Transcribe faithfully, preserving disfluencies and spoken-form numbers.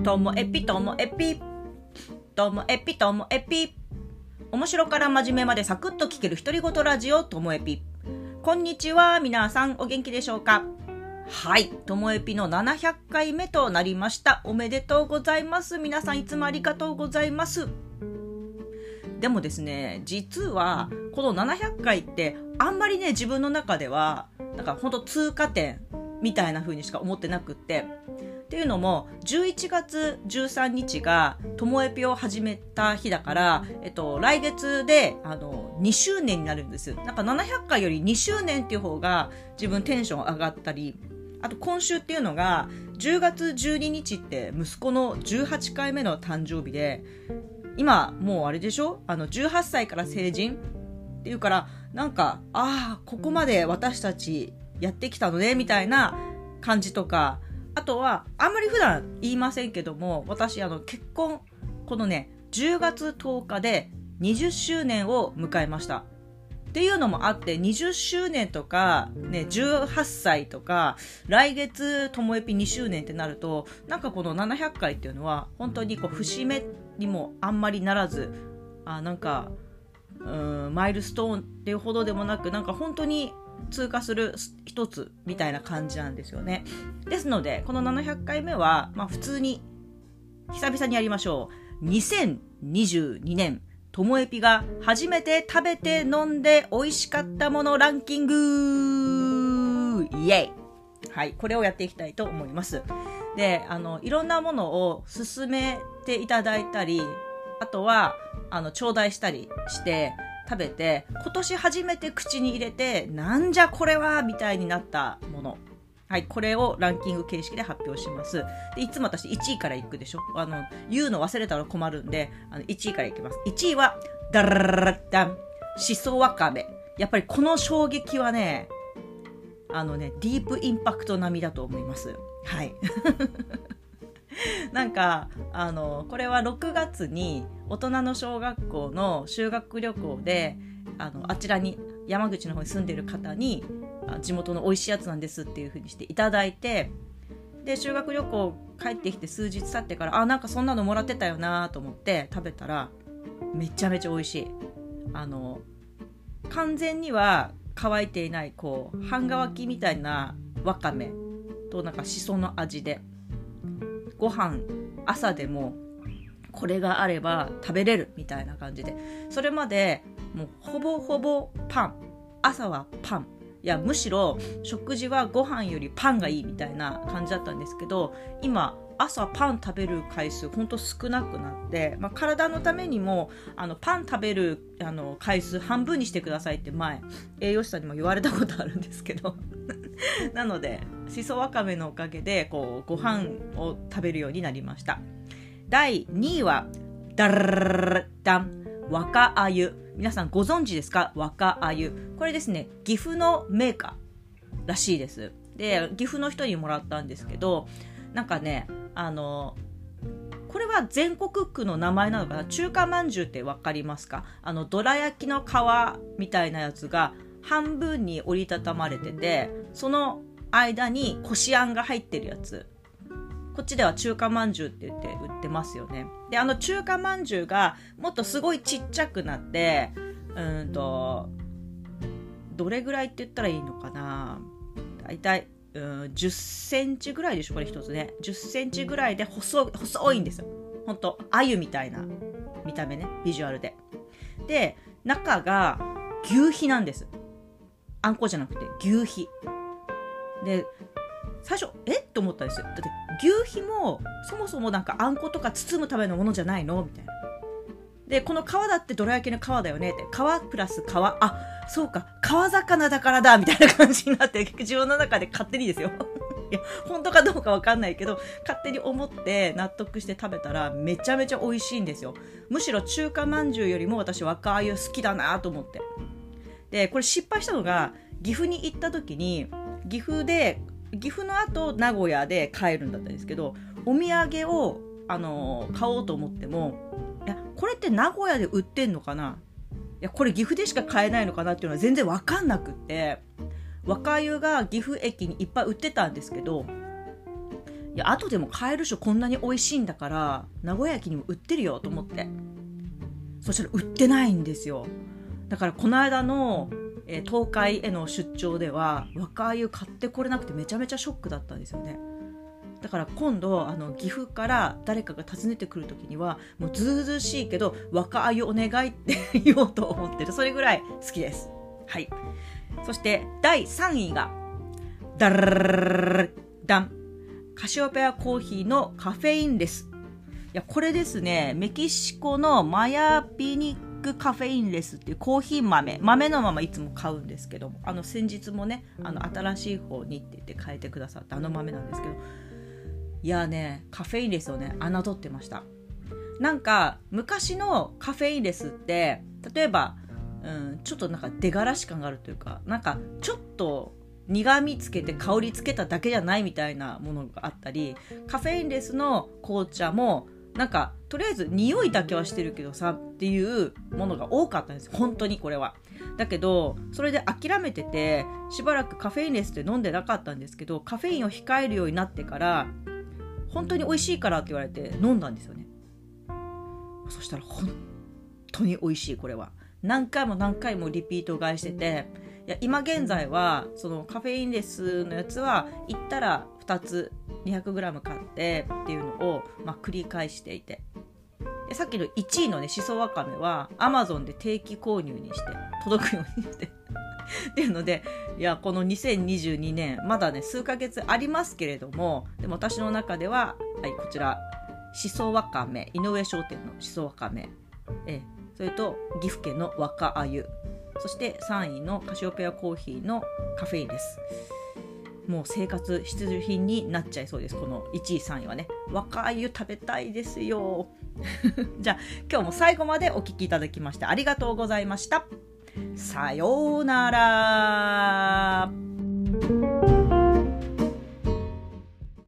ともえぴともえぴともえぴともえぴ面白から真面目までサクッと聞ける独り言ラジオともえぴ。こんにちは、皆さんお元気でしょうか。はい、ともえぴのななひゃっかいめとなりました。おめでとうございます。皆さんいつもありがとうございます。でもですね、実はこのななひゃっかいってあんまりね、自分の中ではなんかほんと通過点みたいな風にしか思ってなくって、っていうのもじゅういちがつじゅうさんにちがともえぴを始めた日だから、えっと、来月であのにしゅうねんになるんです。なんかななひゃっかいよりにしゅうねんっていう方が自分テンション上がったり、あと今週っていうのがじゅうがつじゅうににちって息子のじゅうはちかいめの誕生日で、今もうあれでしょ、あのじゅうはっさいから成人っていうから、なんかああここまで私たちやってきたのねみたいな感じとか、あとはあんまり普段言いませんけども、私あの結婚このねじゅうがつとおかでにじゅっしゅうねんを迎えましたっていうのもあって、にじゅっしゅうねんとかねじゅうはっさいとか来月ともえぴにしゅうねんってなると、なんかこのななひゃっかいっていうのは本当にこう節目にもあんまりならず、あなんかうーんマイルストーンっていうほどでもなく、なんか本当に通過する一つみたいな感じなんですよね。ですのでこのななひゃっかいめは、まあ、普通に久々にやりましょう。にせんにじゅうにねんともえぴが初めて食べて飲んで美味しかったものランキングイエイ。はい、これをやっていきたいと思います。で、あのいろんなものを勧めていただいたり、あとはあの頂戴したりして食べて、今年初めて口に入れてなんじゃこれはみたいになったもの、はい、これをランキング形式で発表します。でいつも私いちいからいくでしょ、あの言うの忘れたら困るんで、あのいちいからいきます。いちいはダラララダン、しそわかめ。やっぱりこの衝撃はね、あのねディープインパクト並みだと思います。はいなんかあのこれはろくがつに大人の小学校の修学旅行で、あのあちらに山口の方に住んでる方に地元の美味しいやつなんですっていう風にしていただいて、で修学旅行帰ってきて数日経ってから、あなんかそんなのもらってたよなと思って食べたらめちゃめちゃ美味しい。あの完全には乾いていないこう半乾きみたいなわかめとなんかしその味で、ご飯朝でもこれがあれば食べれるみたいな感じで、それまでもうほぼほぼパン、朝はパン、いやむしろ食事はご飯よりパンがいいみたいな感じだったんですけど、今朝パン食べる回数ほんと少なくなって、まあ、体のためにもあのパン食べるあの回数半分にしてくださいって前栄養士さんにも言われたことあるんですけどなのでしそわかめのおかげでこうご飯を食べるようになりました。だいにいはダラララダン、若あゆ。皆さんご存知ですか？若あゆ。これですね、岐阜のメーカーらしいです。で岐阜の人にもらったんですけど、なんかねあのこれは全国区の名前なのかな。中華まんじゅうってわかりますか？あのどら焼きの皮みたいなやつが半分に折りたたまれてて、その間にこしあんが入ってるやつ、こっちでは中華まんじゅうって言って売ってますよね。であの中華まんじゅうがもっとすごいちっちゃくなって、うーんとどれぐらいって言ったらいいのかな、だいたいうんじゅっセンチぐらいでしょこれ一つね。じゅっセンチぐらいで細い細いんですよ。ほんと鮎みたいな見た目ね、ビジュアルで。で中が牛皮なんです。あんこじゃなくて牛皮で、最初えっと思ったんですよ。だって牛皮もそもそもなんかあんことか包むためのものじゃないのみたいな。でこの皮だってどら焼きの皮だよねって、皮プラス皮、あそうか川魚だからだみたいな感じになって、自分の中で勝手にですよいや本当かどうかわかんないけど勝手に思って納得して食べたらめちゃめちゃ美味しいんですよ。むしろ中華まんじゅうよりも私若あゆ好きだなと思って。でこれ失敗したのが、岐阜に行った時に岐阜で岐阜の後名古屋で帰るんだったんですけど、お土産をあの買おうと思っても、いやこれって名古屋で売ってんのかな、いやこれ岐阜でしか買えないのかなっていうのは全然分かんなくって、若あゆが岐阜駅にいっぱい売ってたんですけど、 いや後でも買えるしこんなに美味しいんだから名古屋駅にも売ってるよと思って、そしたら売ってないんですよ。だからこの間の、えー、東海への出張では若鮎買ってこれなくてめちゃめちゃショックだったんですよね。だから今度あの岐阜から誰かが訪ねてくる時にはもうずうずうしいけど若鮎お願いって言おうと思ってる。それぐらい好きです。はい。そしてだいさんいがダラララララダンカシオペアコーヒーのカフェインレス。いやこれですね、メキシコのマヤピニックカフェインレスっていうコーヒー豆豆のままいつも買うんですけども、あの先日もねあの新しい方にって言って変えてくださったあの豆なんですけど、いやねカフェインレスをね侮ってました。なんか昔のカフェインレスって例えば、うん、ちょっとなんか出がらし感があるというか、なんかちょっと苦味つけて香りつけただけじゃないみたいなものがあったり、カフェインレスの紅茶もなんかとりあえず匂いだけはしてるけどさっていうものが多かったんです本当にこれは。だけどそれで諦めててしばらくカフェインレスって飲んでなかったんですけど、カフェインを控えるようになってから本当に美味しいからって言われて飲んだんですよね。そしたら本当に美味しい。これは何回も何回もリピート買いしてて、いや今現在はそのカフェインレスのやつは行ったらふたつ にひゃくグラム 買ってっていうのを、まあ、繰り返していて、でさっきのいちいのねしそわかめは Amazon で定期購入にして届くようにしてっていうので、いやこのにせんにじゅうにねんまだね数ヶ月ありますけれども、でも私の中では、はい、こちらしそわかめ、井上商店のしそわかめ、えそれと岐阜県の若鮎、そしてさんいのカシオペアコーヒーのカフェインです。もう生活必需品になっちゃいそうです。このいちいさんいはね。若鮎食べたいですよじゃあ今日も最後までお聞きいただきましてありがとうございました。さようなら。